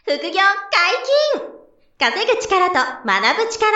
副業解禁！稼ぐ力と学ぶ力。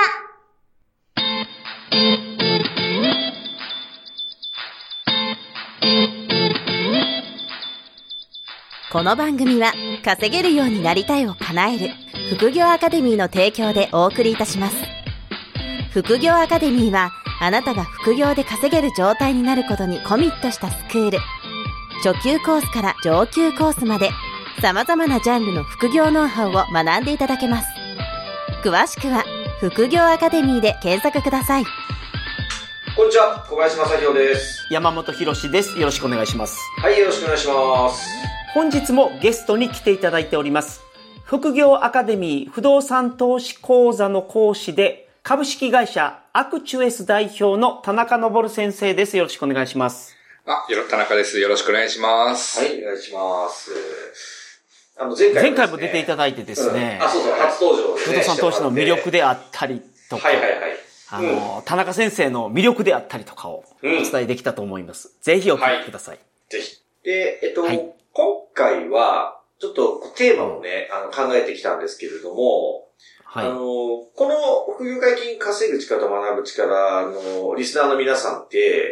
この番組は稼げるようになりたいを叶える副業アカデミーの提供でお送りいたします。副業アカデミーはあなたが副業で稼げる状態になることにコミットしたスクール。初級コースから上級コースまで様々なジャンルの副業ノウハウを学んでいただけます。詳しくは副業アカデミーで検索ください。 こんにちは、小林正弘です。 山本博です。よろしくお願いします。 はい、よろしくお願いします。 本日もゲストに来ていただいております。副業アカデミー不動産投資講座の講師で株式会社アクチュエス代表の田中昇先生です。よろしくお願いします。 田中です。よろしくお願いします。 はい、お願いします。 前回も出ていただいてですね。 そう、初登場ですね。 不動産投資の魅力であったりとか、田中先生の魅力であったりとかをお伝えできたと思います。ぜひお聞きください。 ぜひ。で、今回は、ちょっとテーマをね、考えてきたんですけれども、この副業解禁稼ぐ力と学ぶ力のリスナーの皆さんって、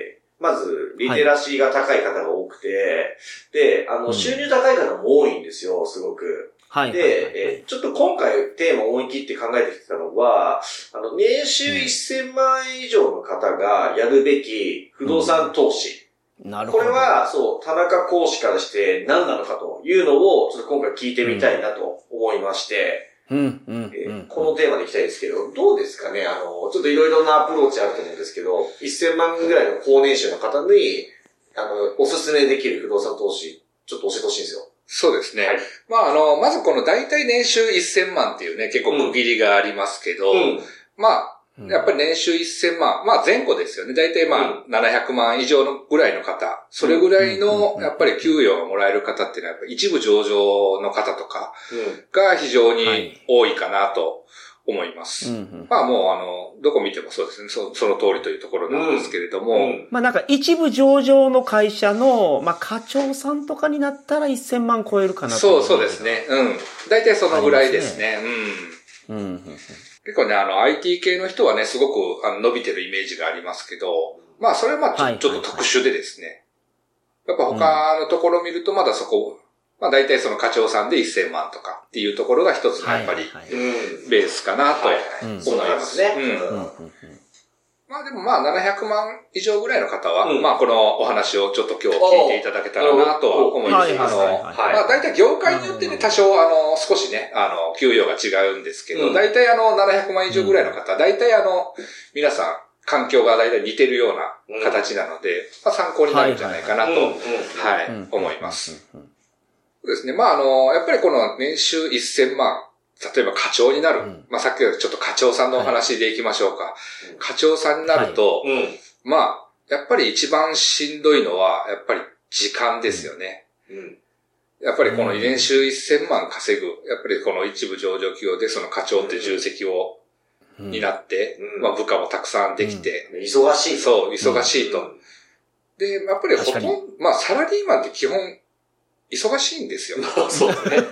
まず、リテラシーが高い方が多くて、で、収入高い方も多いんですよ、すごく。で、ちょっと今回テーマを思い切って考えてきたのは、年収1000万円以上の方がやるべき不動産投資。 なるほど。 これは、田中講師からして何なのかというのを、ちょっと今回聞いてみたいなと思いまして、このテーマでいきたいですけど、どうですかね、ちょっといろいろなアプローチあると思うんですけど、1000万ぐらいの高年収の方に、おすすめできる不動産投資、ちょっと教えてほしいんですよ。 そうですね。はい、まずこの大体年収1000万っていうね、結構区切りがありますけど、やっぱり年収1000万、前後ですよね。大体700万以上のぐらいの方、それぐらいのやっぱり給与がもらえる方っていうのはやっぱり一部上場の方とかが非常に多いかなと思います。もうどこ見てもそうですね。その通りというところなんですけれども。 なんか一部上場の会社の、課長さんとかになったら1000万超えるかなと。 そうですね。大体そのぐらいですね。結構ね、IT 系の人はね、すごく伸びてるイメージがありますけど、それはちょっと特殊でですね。やっぱ他のところを見るとまだそこ、大体その課長さんで1000万とかっていうところが一つのやっぱりベースかなと思いますね。でも700万以上ぐらいの方は、このお話をちょっと今日聞いていただけたらなとは思います。大体業界によってね、多少少しね、給与が違うんですけど、大体700万以上ぐらいの方、大体皆さん、環境が大体似てるような形なので、参考になるんじゃないかなと、思います。そうですね。やっぱりこの年収1000万、例えば課長になる。さっきちょっと課長さんのお話でいきましょうか。課長さんになると、やっぱり一番しんどいのは、やっぱり時間ですよね。やっぱりこの年収1000万稼ぐ、やっぱりこの一部上場企業でその課長って重責を、になって、部下もたくさんできて。 忙しい。 そう、忙しいと。で、やっぱりほとんど、サラリーマンって基本、忙しいんですよ。 そうだね。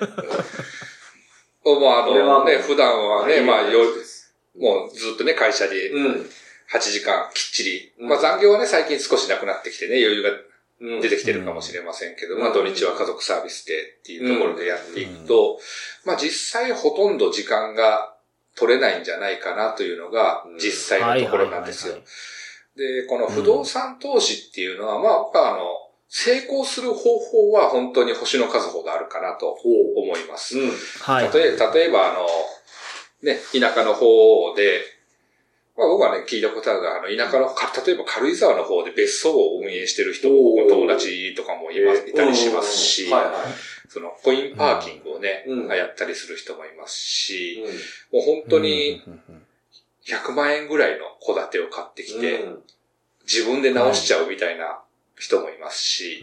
普段はね、もうずっとね、会社で8時間きっちり。残業はね、最近少しなくなってきてね、余裕が出てきてるかもしれませんけど、土日は家族サービスでっていうところでやっていくと、実際ほとんど時間が取れないんじゃないかなというのが実際のところなんですよ。で、この不動産投資っていうのは、成功する方法は本当に星の数ほどあるかなと思います。例えば田舎の方で、僕はね、聞いたことあるが、田舎の、例えば軽井沢の方で別荘を運営してる人、友達とかもいたりしますし、そのコインパーキングをね、やったりする人もいますし、もう本当に100万円ぐらいの戸建てを買ってきて、自分で直しちゃうみたいな人もいますし、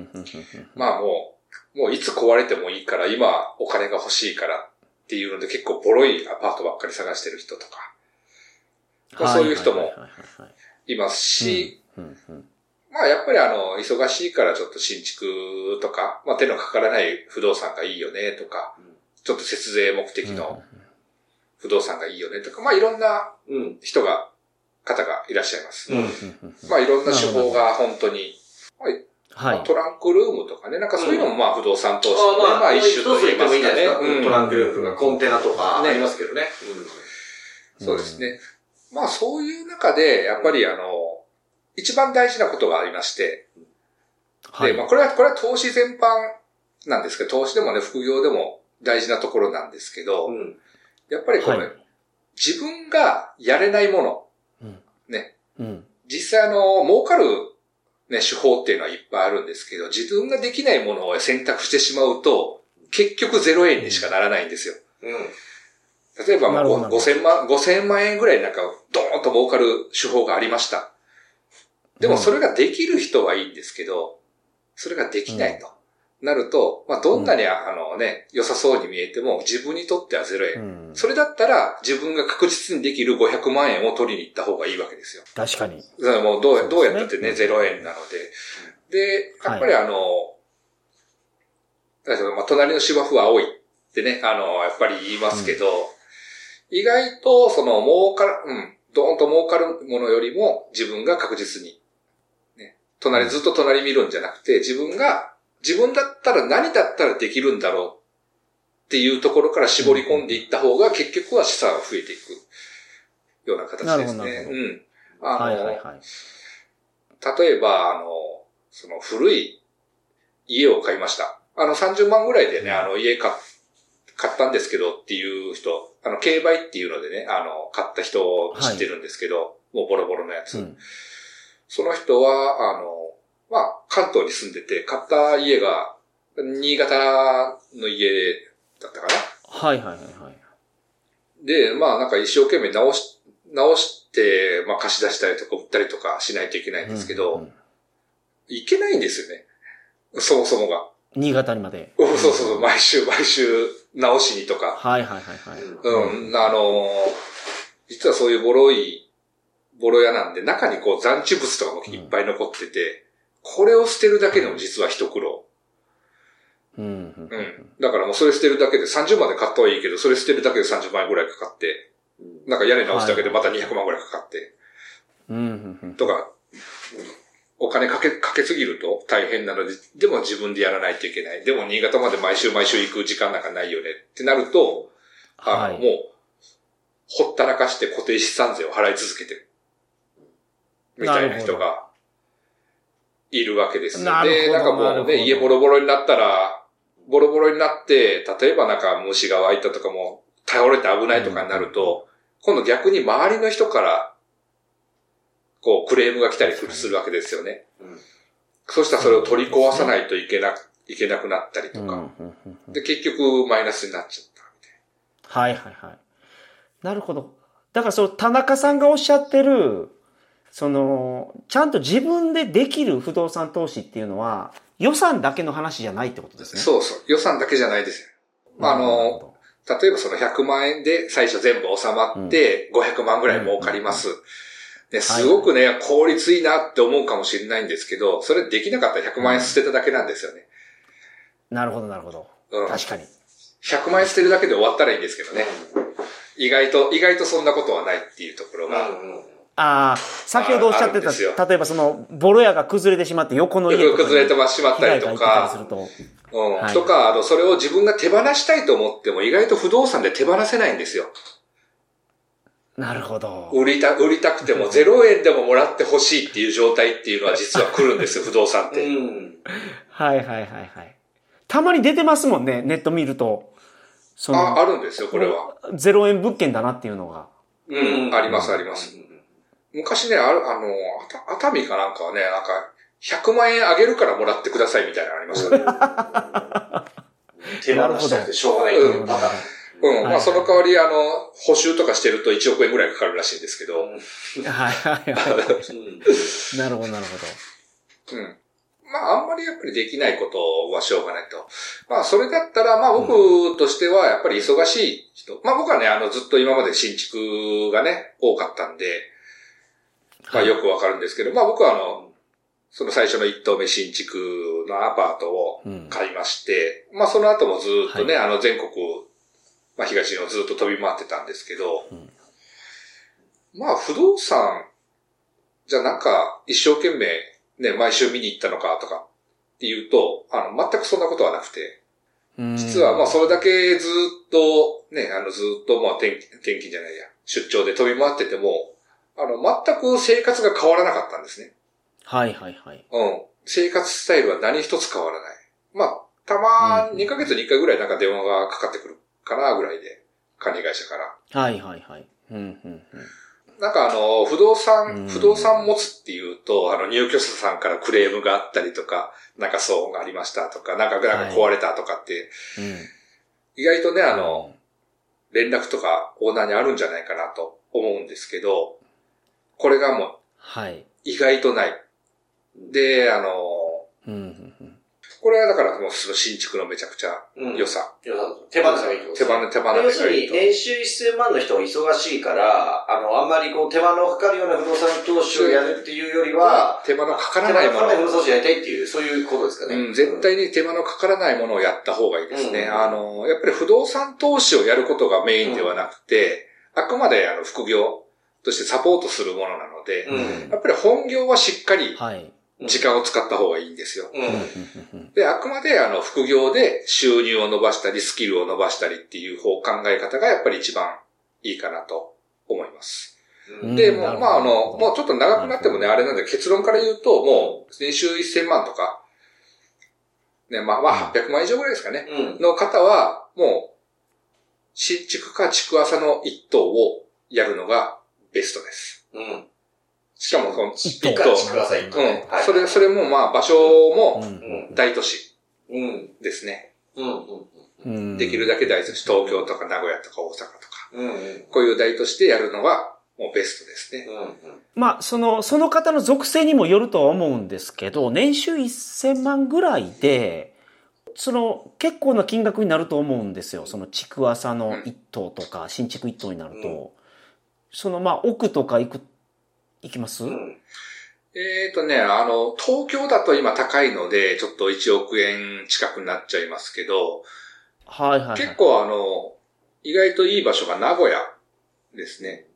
もういつ壊れてもいいから今お金が欲しいからっていうので結構ボロいアパートばっかり探してる人とか、そういう人もいますし、やっぱり忙しいからちょっと新築とか、手のかからない不動産がいいよねとか、 ちょっと節税目的の不動産がいいよねとか、まあいろんな方がいらっしゃいます。まあいろんな手法が本当に、はい、トランクルームとかね、なんかそういうのもまあ不動産投資のね、まあ一種と言いますかね。 トランクルームがコンテナとかありますけどね。 そうですね。まあそういう中で、やっぱり一番大事なことがありまして、で、まあこれは投資全般なんですけど、投資でもね、副業でも大事なところなんですけど、やっぱりこれ、自分がやれないもの、ね、実際儲かるね、手法っていうのはいっぱいあるんですけど、自分ができないものを選択してしまうと、結局0円にしかならないんですよ。例えば、5000万円ぐらいなんか、ドーンと儲かる手法がありました。でもそれができる人はいいんですけど、それができないとなると、まあ、どんなに良さそうに見えても、自分にとっては0円。それだったら、自分が確実にできる500万円を取りに行った方がいいわけですよ。 確かに。 もうどうやったってね、0円なので。で、やっぱりまあ、隣の芝生は青いってね、やっぱり言いますけど、意外と、ドーンと儲かるものよりも、自分が確実に、ね、ずっと隣見るんじゃなくて、自分だったら何だったらできるんだろうっていうところから絞り込んでいった方が、結局は資産が増えていくような形ですね。例えば、その古い家を買いました。30万ぐらいでね、家買ったんですけどっていう人、競売っていうのでね、買った人を知ってるんですけど、もうボロボロのやつ。その人は、まあ、関東に住んでて、買った家が、新潟の家だったかな。で、まあ、なんか一生懸命直して、まあ、貸し出したりとか売ったりとかしないといけないんですけど、いけないんですよね。そもそもが。 新潟にまで。 そう、毎週直しにとか。実はそういうボロ屋なんで、中にこう残地物とかもいっぱい残ってて、これを捨てるだけでも実は一苦労。だからもうそれ捨てるだけで30万で買ったはいいけど、それ捨てるだけで30万円ぐらいかかって、なんか屋根直すだけでまた200万ぐらいかかって、とか、お金かけすぎると大変なので、でも自分でやらないといけない。でも新潟まで毎週行く時間なんかないよねってなると、もう、ほったらかして固定資産税を払い続けてる。みたいな人がいるわけです。で、なんかもうね、家ボロボロになって、例えばなんか虫が湧いたとかも倒れて危ないとかになると、今度逆に周りの人から、こう、クレームが来たりするわけですよね。そしたらそれを取り壊さないといけなくなったりとか。で、結局マイナスになっちゃったみたいな。 なるほど。だから田中さんがおっしゃってる、ちゃんと自分でできる不動産投資っていうのは、予算だけの話じゃないってことですね。 そう。予算だけじゃないですよ。例えばその100万円で最初全部収まって、500万ぐらい儲かります。すごくね、効率いいなって思うかもしれないんですけど、それできなかったら100万円捨てただけなんですよね。 なるほど。確かに。 100万円捨てるだけで終わったらいいんですけどね。意外とそんなことはないっていうところが。 先ほどおっしゃってた、例えばボロ屋が崩れてしまって横の家とか崩れてしまったりとか、とか、それを自分が手放したいと思っても意外と不動産で手放せないんですよ。 なるほど。 売りたくても0円でももらってほしいっていう状態っていうのは実は来るんですよ、不動産って。 たまに出てますもんね、ネット見ると。 あるんですよ、これは。 0円物件だなっていうのが。 あります。昔ね、熱海かなんかはね、なんか、100万円あげるからもらってくださいみたいなのありましたね。 手放したくてしょうがない。 まあその代わり補修とかしてると1億円ぐらいかかるらしいんですけど。 なるほど。 まああんまりやっぱりできないことはしょうがないと。まあそれだったらまあ僕としてはやっぱり忙しい人。まあ僕はねずっと今まで新築がね多かったんで、まあよくわかるんですけど、まあ僕はその最初の一棟目新築のアパートを買いまして、まあその後もずっとね全国まあ東日本ずっと飛び回ってたんですけど、まあ不動産、じゃあなんか一生懸命ね、毎週見に行ったのかとかっていうと、全くそんなことはなくて、実はまあそれだけずっとね、ずっとまあ転勤じゃないや、出張で飛び回ってても、全く生活が変わらなかったんですね。 はいはいはい。 生活スタイルは何一つ変わらない。まあ、たまに2ヶ月に1回ぐらいなんか電話がかかってくるかなぐらいで、管理会社から。 はいはいはい。 なんか不動産持つっていうと、入居者さんからクレームがあったりとか、なんか騒音がありましたとか、なんか壊れたとかって、意外とね、連絡とかオーナーにあるんじゃないかなと思うんですけど、これがもう、意外とない。で、これはだからもう新築のめちゃくちゃ良さ。 手放せばいいってことですね。 手放せばいい。 要するに年収1000万の人が忙しいから、あんまりこう手間のかかるような不動産投資をやるっていうよりは、 手間のかからないもの。 手間のかからない不動産投資をやりたいっていう、そういうことですかね。 絶対に手間のかからないものをやった方がいいですね。やっぱり不動産投資をやることがメインではなくて、あくまで副業としてサポートするものなので、やっぱり本業はしっかり、時間を使った方がいいんですよ。で、あくまで副業で収入を伸ばしたり、スキルを伸ばしたりっていう考え方がやっぱり一番いいかなと思います。で、もう、まあもうちょっと長くなってもね、あれなんで結論から言うと、もう年収1000万とか、ね、まあ800万以上ぐらいですかね、の方は、もう、新築か築浅の一棟をやるのがベストです。しかもその一棟。 それもまあ場所も大都市ですね。できるだけ大都市、東京とか名古屋とか大阪とか、こういう大都市でやるのがもうベストですね。 まあその方の属性にもよるとは思うんですけど、年収1000万ぐらいで、結構な金額になると思うんですよ。築浅の一棟とか、新築一棟になると。まあ奥とか行きます？ 東京だと今高いので、ちょっと1億円近くになっちゃいますけど、結構意外といい場所が名古屋ですね。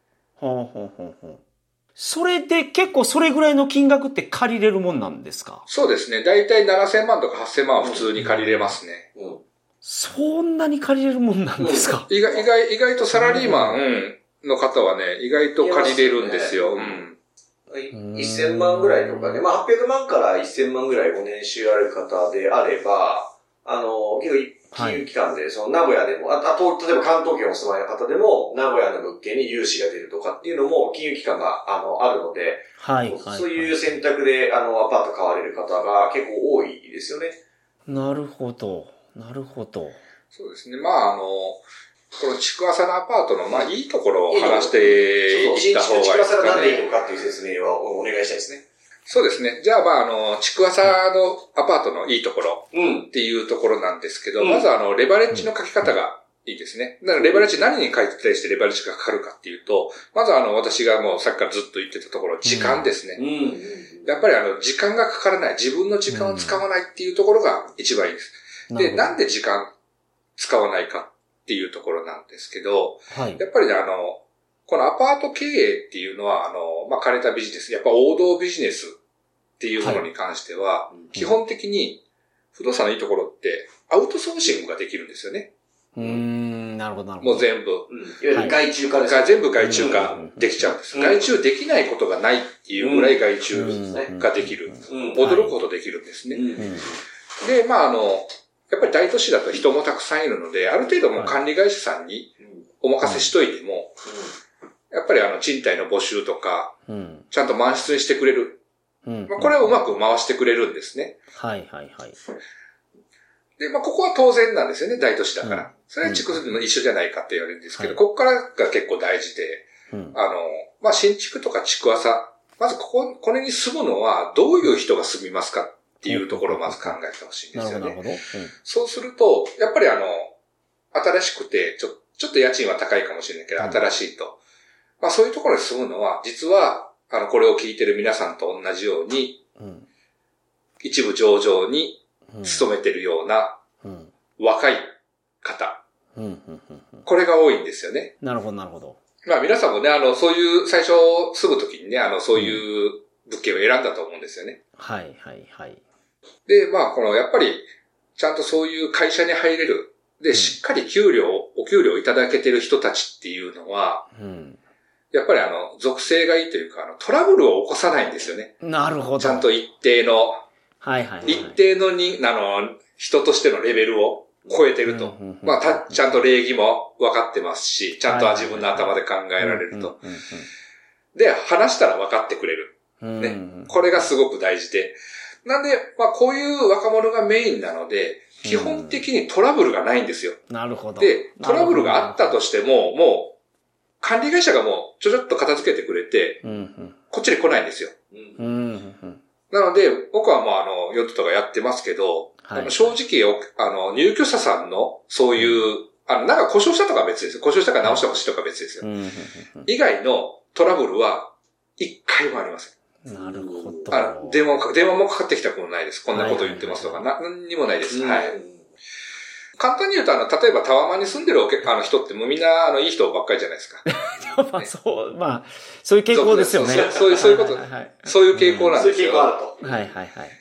それで結構それぐらいの金額って借りれるもんなんですか？ そうですね。だいたい7000万とか8000万は普通に借りれますね。 そんなに借りれるもんなんですか？ 意外とサラリーマンの方はね、意外と借りれるんですよ。 1000万ぐらいとかね、まあ800万から1000万ぐらいご年収ある方であれば、結構金融機関で、名古屋でも、例えば関東圏お住まいの方でも、名古屋の物件に融資が出るとかっていうのも、金融機関が、あるので、そういう選択で、アパート買われる方が結構多いですよね。 なるほど。 そうですね。まあ、この築浅のアパートの、まあ、いいところを話していった方がいいですかね。 築浅がなんでいいのかっていう説明はお願いしたいですね。 そうですね。じゃあ、まあ、築浅のアパートのいいところっていうところなんですけど、まずレバレッジの書き方がいいですね。だからレバレッジ何に書いてたりしてレバレッジがかかるかっていうと、まず私がもうさっきからずっと言ってたところ、時間ですね。やっぱり時間がかからない、自分の時間を使わないっていうところが一番いいです。で、なんで時間使わないかっていうところなんですけど、やっぱりね、このアパート経営っていうのは、まあ、枯れたビジネス、やっぱ王道ビジネスっていうものに関しては、基本的に不動産のいいところってアウトソーシングができるんですよね。 なるほど。 もう全部。 いわゆる外注化ですね。 全部外注化できちゃうんです。外注できないことがないっていうぐらい外注ができる。驚くほどできるんですね。で、まあやっぱり大都市だと人もたくさんいるので、ある程度もう管理会社さんにお任せしといても、やっぱり賃貸の募集とか、ちゃんと満室にしてくれる。まあ、これをうまく回してくれるんですね。で、まあ、ここは当然なんですよね、大都市だから。それは築の一緒じゃないかって言われるんですけど、ここからが結構大事で、まあ、新築とか築浅、まずこれに住むのはどういう人が住みますかっていうところをまず考えてほしいんですよね。そうすると、やっぱり新しくて、ちょっと家賃は高いかもしれないけど、新しいと。まあ、そういうところに住むのは、実は、これを聞いてる皆さんと同じように、一部上場に勤めてるような若い方これが多いんですよね。 なるほど、なるほど。 まあ皆さんもね、そういう最初住むときにね、そういう物件を選んだと思うんですよね。 はいはいはい。 で、まあやっぱり、ちゃんとそういう会社に入れる。で、しっかりお給料いただけてる人たちっていうのは、やっぱり属性がいいというか、トラブルを起こさないんですよね。 なるほど。 ちゃんと一定の、一定の人としてのレベルを超えてると。まあ、ちゃんと礼儀も分かってますし、ちゃんと自分の頭で考えられると。で、話したら分かってくれる。ね。これがすごく大事で。なんで、まあ、こういう若者がメインなので、基本的にトラブルがないんですよ。 なるほど。 で、トラブルがあったとしても、もう、管理会社がもう、ちょっと片付けてくれて、こっちに来ないんですよ。なので、僕はもうヨットとかやってますけど、正直、入居者さんの、そういう、なんか故障したとかは別ですよ。故障したから直してほしいとかは別ですよ。以外のトラブルは、一回もありません。 なるほど。 電話もかかってきたことないです。こんなこと言ってますとか、何にもないです。はい。簡単に言うと、例えばタワマンに住んでる人ってもうみんな、いい人ばっかりじゃないですか。 まあ、そういう傾向ですよね。 そういうこと、そういう傾向なんですよ。 そういう傾向あると。 はいはいはい。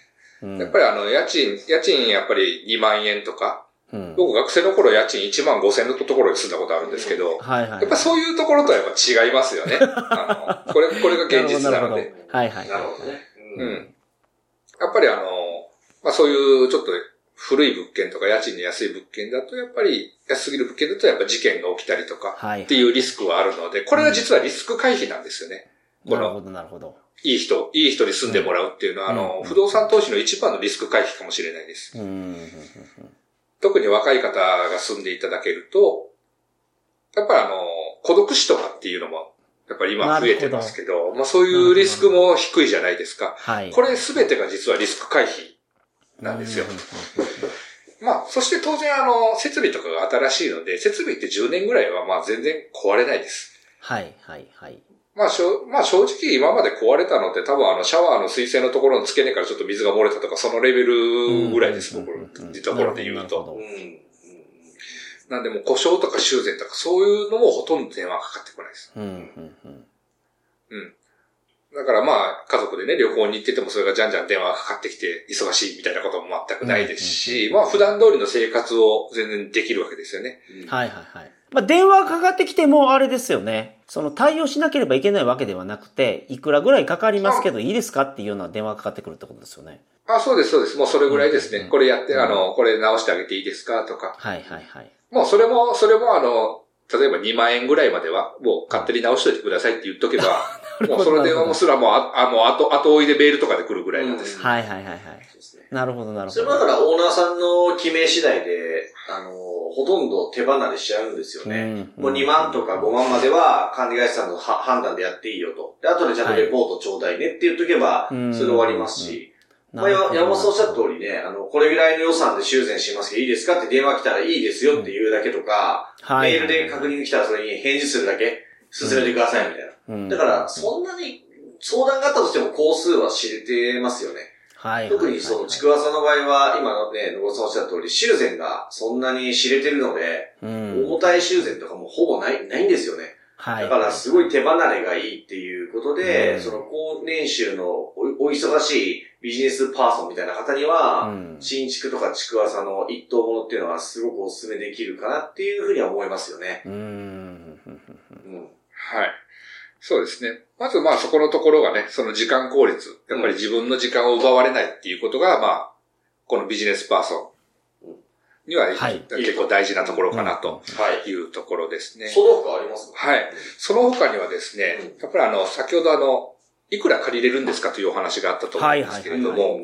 やっぱり家賃やっぱり2万円とか、僕学生の頃家賃1万5千のところに住んだことあるんですけど、やっぱそういうところとはやっぱ違いますよね。これが現実なので。 はいはい。 なるほどね。 やっぱりまあそういうちょっと古い物件とか家賃の安い物件だとやっぱり安すぎる物件だとやっぱ事件が起きたりとかっていうリスクはあるので、これが実はリスク回避なんですよね。 なるほどなるほど。 いい人に住んでもらうっていうのは不動産投資の一番のリスク回避かもしれないです。特に若い方が住んでいただけると、やっぱり孤独死とかっていうのも、やっぱり今増えてますけど、まあそういうリスクも低いじゃないですか。これすべてが実はリスク回避なんですよ。まあ、そして当然設備とかが新しいので、設備って10年ぐらいはまあ全然壊れないです。 はいはいはい。 まあ正直今まで壊れたのって多分シャワーの水性のところの付け根からちょっと水が漏れたとかそのレベルぐらいです、僕のところで言うと。なんでもう故障とか修繕とかそういうのもほとんど電話かかってこないです。だからまあ家族でね旅行に行っててもそれがじゃんじゃん電話がかかってきて忙しいみたいなことも全くないですし、まあ普段通りの生活を全然できるわけですよね。 はいはいはい。まあ電話かかってきてもあれですよね。対応しなければいけないわけではなくて、いくらぐらいかかりますけどいいですかっていうような電話がかかってくるってことですよね。 そうですそうです。もうそれぐらいですね。これやってこれ直してあげていいですかとか。 はいはいはい。 もうそれも例えば2万円ぐらいまではもう勝手に直しといてくださいって言っとけば、もうその電話もすらもう後追いでメールとかで来るぐらいなんです。 はいはいはいはい。なるほどなるほど。 それもだからオーナーさんの決め次第で、ほとんど手離れしちゃうんですよね。もう2万とか5万までは管理会社さんの判断でやっていいよと。で、後でちゃんとレポートちょうだいねって言っとけば、それで終わりますし。まあ、山本さんおっしゃった通りね、これぐらいの予算で修繕しますけどいいですかって電話来たらいいですよって言うだけとか、メールで確認来たらそれに返事するだけ進めてくださいみたいな。だから、そんなに相談があったとしても工数は知れてますよね。特にちくわさんの場合は、今のね、野呂さんおっしゃった通り、修繕がそんなに知れてるので、重たい修繕とかもほぼないんですよね。だからすごい手離れがいいっていうことで、高年収のお忙しいビジネスパーソンみたいな方には、新築とかちくわさの一等物っていうのはすごくお勧めできるかなっていうふうには思いますよね。 はい。そうですね。まずまあそこのところがね、その時間効率。やっぱり自分の時間を奪われないっていうことが、まあ、このビジネスパーソンには結構大事なところかなというところですね。 その他ありますか？ はい。その他にはですね、やっぱり先ほどいくら借りれるんですかというお話があったと思うんですけれども、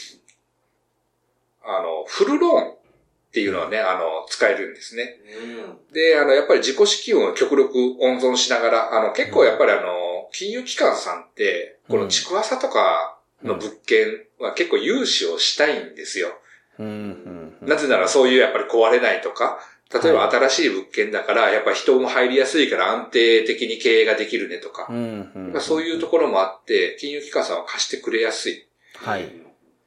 フルローンっていうのはね、使えるんですね。で、やっぱり自己資金を極力温存しながら、結構やっぱり金融機関さんって、このちくわさとかの物件は結構融資をしたいんですよ。なぜならそういうやっぱり壊れないとか、例えば新しい物件だから、やっぱ人も入りやすいから安定的に経営ができるねとか、そういうところもあって、金融機関さんは貸してくれやすい。 はい。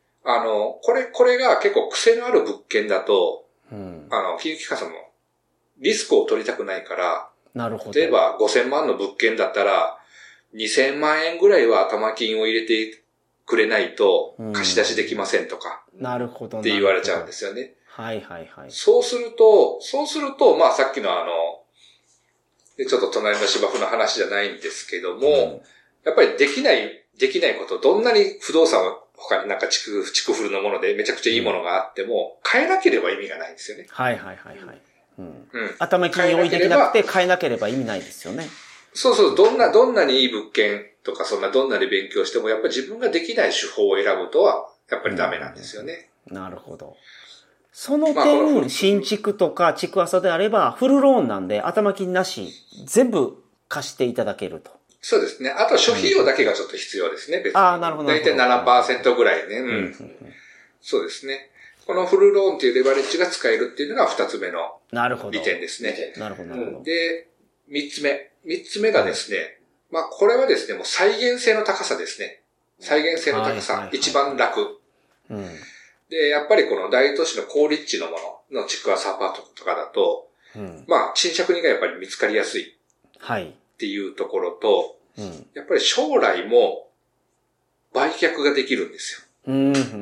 これが結構癖のある物件だと、金融機関さんもリスクを取りたくないから、 なるほど。 例えば5000万の物件だったら、2000万円ぐらいは頭金を入れてくれないと貸し出しできませんとか。 なるほど。 って言われちゃうんですよね。 はいはいはい。 そうすると、まあさっきのちょっと隣の芝生の話じゃないんですけども、やっぱりできないこと、どんなに不動産は他になんか築古のものでめちゃくちゃいいものがあっても、変えなければ意味がないんですよね。 はいはいはいはい。頭金用意できなくて変えなければ意味ないですよね。 そう、どんなにいい物件とかどんなに勉強しても、やっぱり自分ができない手法を選ぶとは、やっぱりダメなんですよね。 なるほど。その点、新築とか築浅であれば、フルローンなんで頭金なし、全部貸していただけると。 そうですね。あとは諸費用だけがちょっと必要ですね、別に。 ああ、なるほど。 だいたい 7% ぐらいね。そうですね。このフルローンっていうレバレッジが使えるっていうのが2つ目の利点ですね。 なるほど。 で、3つ目がですね、まあこれはですね、もう再現性の高さですね。再現性の高さ、一番楽。で、やっぱりこの大都市の高立地のものの築浅アパートとかだと、まあ賃借人がやっぱり見つかりやすい。っていうところと、やっぱり将来も売却ができるんですよ。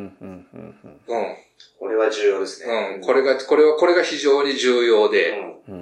これは重要ですね。 これが非常に重要で、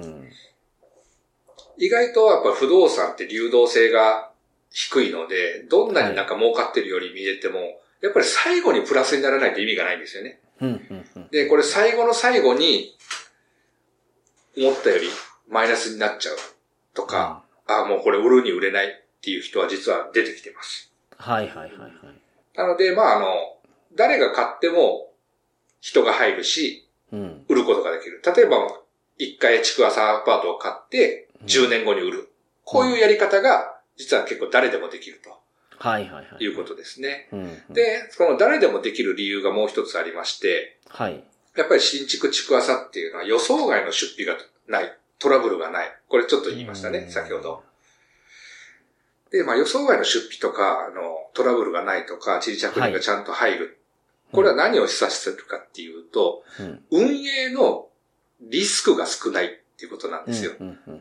意外とやっぱ不動産って流動性が低いので、どんなになんか儲かってるより見えても、やっぱり最後にプラスにならないと意味がないんですよね。で、これ最後の最後に、思ったよりマイナスになっちゃうとか、もうこれ売るに売れないっていう人は実は出てきてます。なので、まあ誰が買っても人が入るし、売ることができる。例えば、一回築浅アパートを買って10年後に売る。こういうやり方が実は結構誰でもできると。いうことですね。で、この誰でもできる理由がもう一つありまして、やっぱり新築築浅っていうのは予想外の出費がない。トラブルがない。これちょっと言いましたね、先ほど。で、まあ予想外の出費とか、トラブルがないとか、賃借人がちゃんと入る。これは何を示唆するかっていうと、運営のリスクが少ないっていうことなんですよ。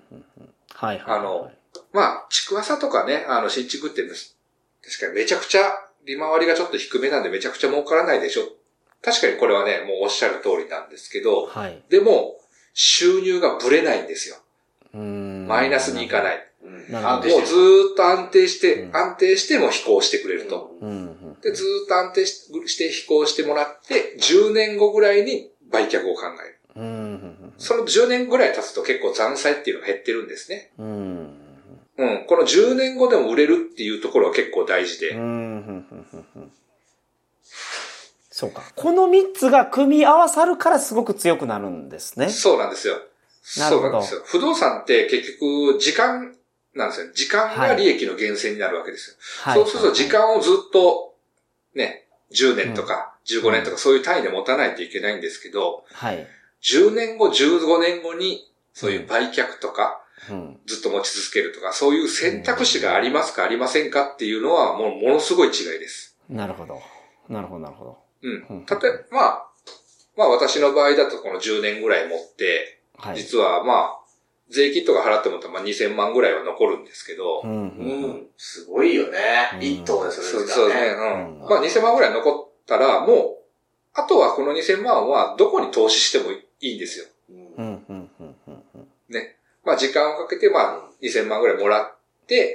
まあ、築浅とかね、新築って確かにめちゃくちゃ利回りがちょっと低めなんでめちゃくちゃ儲からないでしょ。確かにこれはね、もうおっしゃる通りなんですけど、でも、収入がぶれないんですよ。マイナスにいかない。もうずーっと安定しても飛行してくれると。で、ずーっと安定して飛行してもらって、10年後ぐらいに売却を考える。その10年ぐらい経つと結構残債っていうのが減ってるんですね。この10年後でも売れるっていうところは結構大事で。 そうか。この3つが組み合わさるからすごく強くなるんですね。 そうなんですよ。そうなんですよ。不動産って結局時間なんですよ。時間が利益の源泉になるわけですよ。そうすると時間をずっとね、10年とか15年とかそういう単位で持たないといけないんですけど、10年後、15年後にそういう売却とか、ずっと持ち続けるとか、そういう選択肢がありますかありませんかっていうのはものすごい違いです。 なるほど。 例えば、まあ私の場合だとこの10年ぐらい持って、実はまあ、税金とか払っても2000万ぐらいは残るんですけど、 すごいよね。一棟でそれですからね。まあ2000万ぐらい残ったら、もう、あとはこの2000万はどこに投資してもいいんですよ。ね。まあ時間をかけてまあ2000万ぐらいもらって、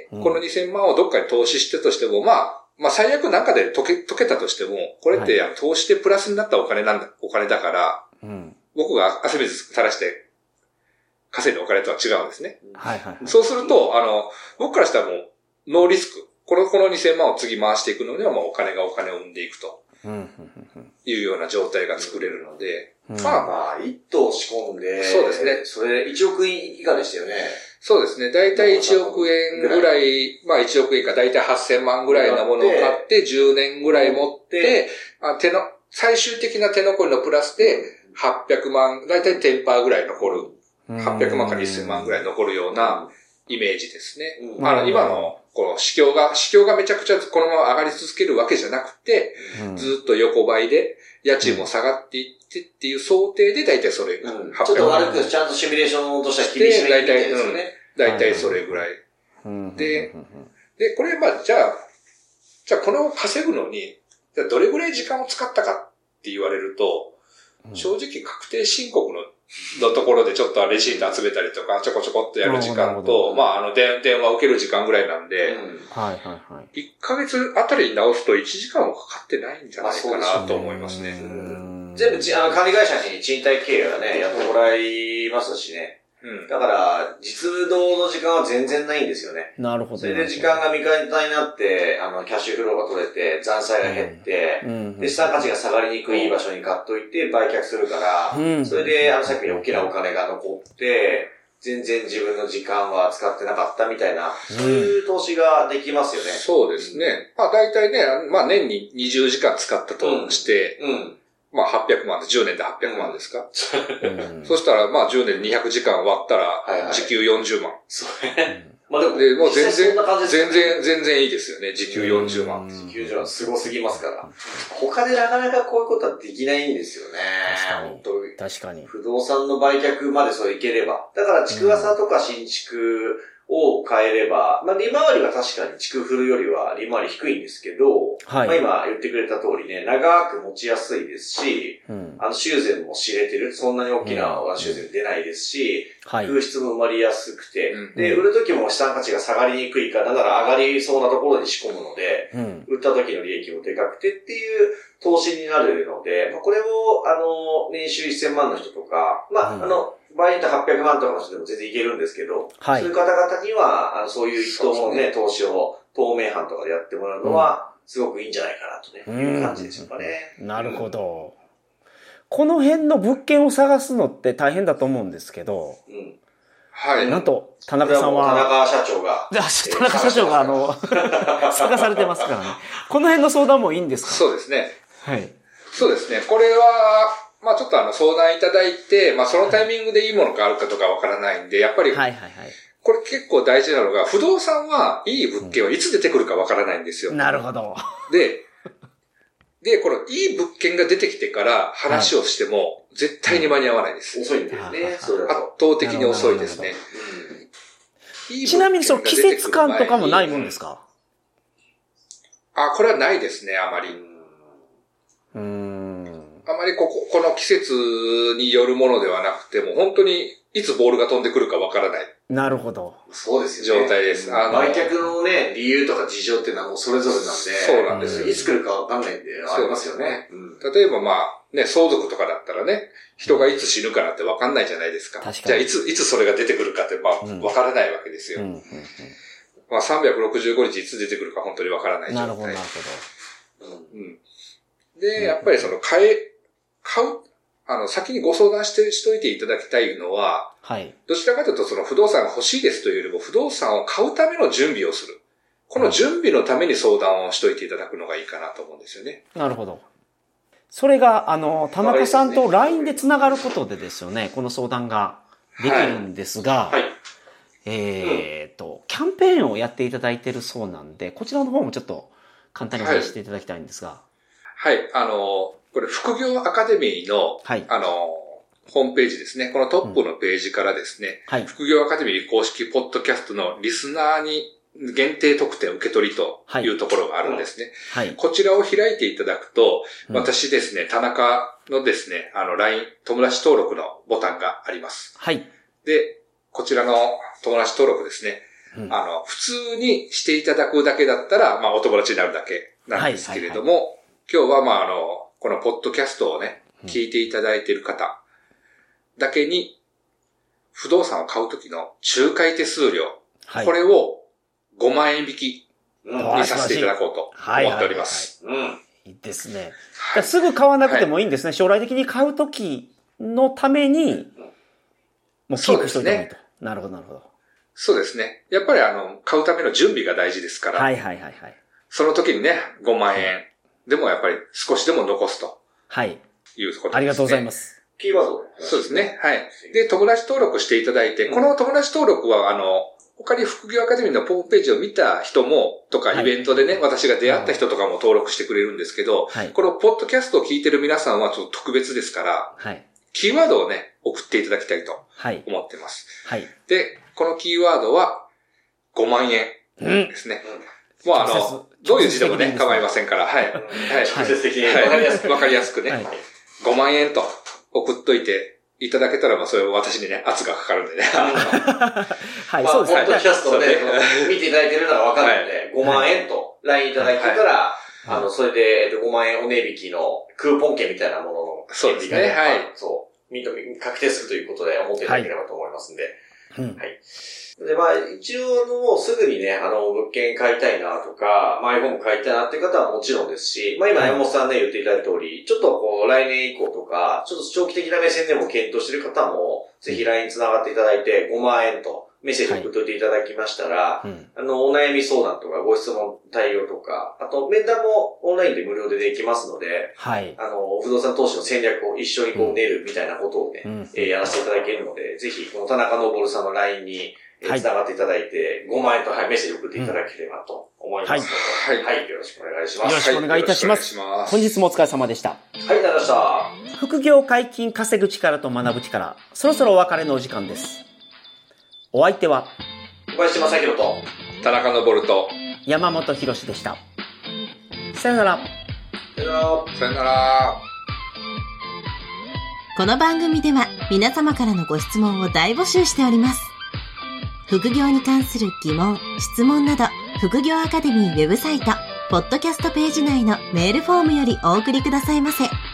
この2000万をどっかに投資してとしても、まあ最悪なんかで解けたとしても、これって投資でプラスになったお金だから、僕が汗水垂らして稼いだお金とは違うんですね。そうすると、僕からしたらもう、ノーリスク。この2000万を次回していくのにはもうお金を生んでいくと。いうような状態が作れるので。 まあ、一棟仕込んで。 そうですね。 それ1億円以下でしたよね。 そうですね。だいたい1億円ぐらい、まあ1億円かだいたい8000万ぐらいのものを買って10年ぐらい持って、最終的な手残りのプラスで800万、だいたい10%ぐらい残る。800万から1000万ぐらい残るようなイメージですね。今の、この市況がめちゃくちゃこのまま上がり続けるわけじゃなくて、ずっと横ばいで、家賃も下がっていってっていう想定で、だいたいそれが800万。 ちょっと悪くちゃんとシミュレーションとしては厳しめにですよね。 だいたいそれぐらい。で、これじゃあこの稼ぐのに、じゃあどれぐらい時間を使ったかって言われると、正直確定申告のところでちょっとレシート集めたりとか、ちょこちょこっとやる時間と、電話受ける時間ぐらいなんで、1ヶ月あたりに直すと1時間もかかってないんじゃないかなと思いますね。 全部管理会社に賃貸経営はね、やってもらいますしね。だから、実動の時間は全然ないんですよね。 なるほど。 それで時間が味方になって、キャッシュフローが取れて、残債が減って、で、資産価値が下がりにくい場所に買っといて売却するから、それで、さっきの大きなお金が残って、全然自分の時間は使ってなかったみたいな、そういう投資ができますよね。 そうですね。大体ね、年に20時間使ったとして、800万で、10年で800万ですか、そしたら、10年200時間割ったら、時給40万。 そうね。でも全然いいですよね。時給40万。 時給40万すごすぎますから。他でなかなかこういうことはできないんですよね。 確かに。 不動産の売却までそういければ。だから、築浅とか新築を変えれば、利回りは確かに築古よりは利回り低いんですけど、今言ってくれた通りね、長く持ちやすいですし、修繕も知れてる。そんなに大きな修繕出ないですし、空室も埋まりやすくて、で、売るときも資産価値が下がりにくいから、なんなら上がりそうなところに仕込むので、売った時の利益もでかくてっていう投資になるので、これを、年収1000万の人とか、場合によって800万とかの人でも全然いけるんですけど、そういう方々には、そういう一等のね、投資を透明版とかでやってもらうのは、すごくいいんじゃないかなとね、いう感じでしょうかね。 なるほど。この辺の物件を探すのって大変だと思うんですけど、なんと、田中さんは、 田中社長が、 探されてますからね。この辺の相談もいいんですか？ そうですね。そうですね。これは、ちょっと相談いただいて、そのタイミングでいいものがあるかとかわからないんで、やっぱり、これ結構大事なのが、不動産はいい物件はいつ出てくるかわからないんですよ。 なるほど。 で、このいい物件が出てきてから話をしても、絶対に間に合わないです。 遅いんですね。 圧倒的に遅いですね。 ちなみに季節感とかもないもんですか？ これはないですね、あまり。あまりこの季節によるものではなくても、本当にいつボールが飛んでくるかわからない。 なるほど。 そうですよね。 状態です。 売却のね、理由とか事情っていうのはもうそれぞれなんで。 そうなんですよ。 いつ来るかわかんないんで、ありますよね。 例えば相続とかだったらね、人がいつ死ぬかなんてわかんないじゃないですか。じゃあいつそれが出てくるかってわからないわけですよ。365日いつ出てくるか本当にわからない状態。 なるほど、なるほど。 で、やっぱり買う、先にご相談しといていただきたいのは、どちらかというと不動産が欲しいですというよりも不動産を買うための準備をする。この準備のために相談をしといていただくのがいいかなと思うんですよね。 なるほど。それが、田中さんと LINE でつながることでですよね、この相談ができるんですが、キャンペーンをやっていただいているそうなんで、こちらの方もちょっと簡単にお話していただきたいんですが。 これ、副業アカデミーの、ホームページですね。このトップのページからですね、副業アカデミー公式ポッドキャストのリスナーに限定特典受け取りというところがあるんですね。こちらを開いていただくと、私ですね、田中のですね、LINE 友達登録のボタンがあります。で、こちらの友達登録ですね、普通にしていただくだけだったら、お友達になるだけなんですけれども、今日はこのポッドキャストをね、聞いていただいている方だけに、不動産を買うときの仲介手数料、これを5万円引きにさせていただこうと思っております。 いいですね。すぐ買わなくてもいいんですね。将来的に買うときのために、もうキープしといてもいいと。なるほど、なるほど。 そうですね。やっぱり買うための準備が大事ですから。その時にね、5万円でもやっぱり少しでも残すと。いうことですね。 ありがとうございます。 キーワード。 そうですね。で、友達登録していただいて、この友達登録は、 他に副業アカデミーのホームページを見た人も、とかイベントでね、私が出会った人とかも登録してくれるんですけど、このポッドキャストを聞いてる皆さんはちょっと特別ですから、キーワードをね、送っていただきたいと思ってます。で、このキーワードは5万円ですね。もうどういう字でもね、構いませんから、 直接的にわかりやすくね、5万円と送っといていただけたら、それを私にね、圧がかかるんでね。 そうですね。ポッドキャストをね、見ていただいてるのがわかるので、5万円と LINE いただけたら、それで5万円お値引きのクーポン券みたいなもののそうですね。 そう。確定するということで思っていただければと思いますんで。で、一応もうすぐにね、物件買いたいなとか、マイホーム買いたいなっていう方はもちろんですし、今山本さんね、言っていただいた通り、ちょっと来年以降とか、ちょっと長期的な目線でも検討している方も、ぜひ LINE 繋がっていただいて、5万円とメッセージ送っといていただきましたら、お悩み相談とかご質問対応とか、あと面談もオンラインで無料でできますので、不動産投資の戦略を一緒に練るみたいなことをね、やらせていただけるので、ぜひこの田中昇さんの LINE に、繋がっていただいて、5万円とメッセージ送っていただければと思いますので、よろしくお願いします。 よろしくお願いいたします。本日もお疲れ様でした。 ありがとうございました。 副業解禁稼ぐ力と学ぶ力、そろそろお別れのお時間です。お相手は、 小林正宏と、 田中昇と、 山本博史でした。さよなら。 さよなら。 この番組では皆様からのご質問を大募集しております。副業に関する疑問、質問など、副業アカデミーウェブサイト、ポッドキャストページ内のメールフォームよりお送りくださいませ。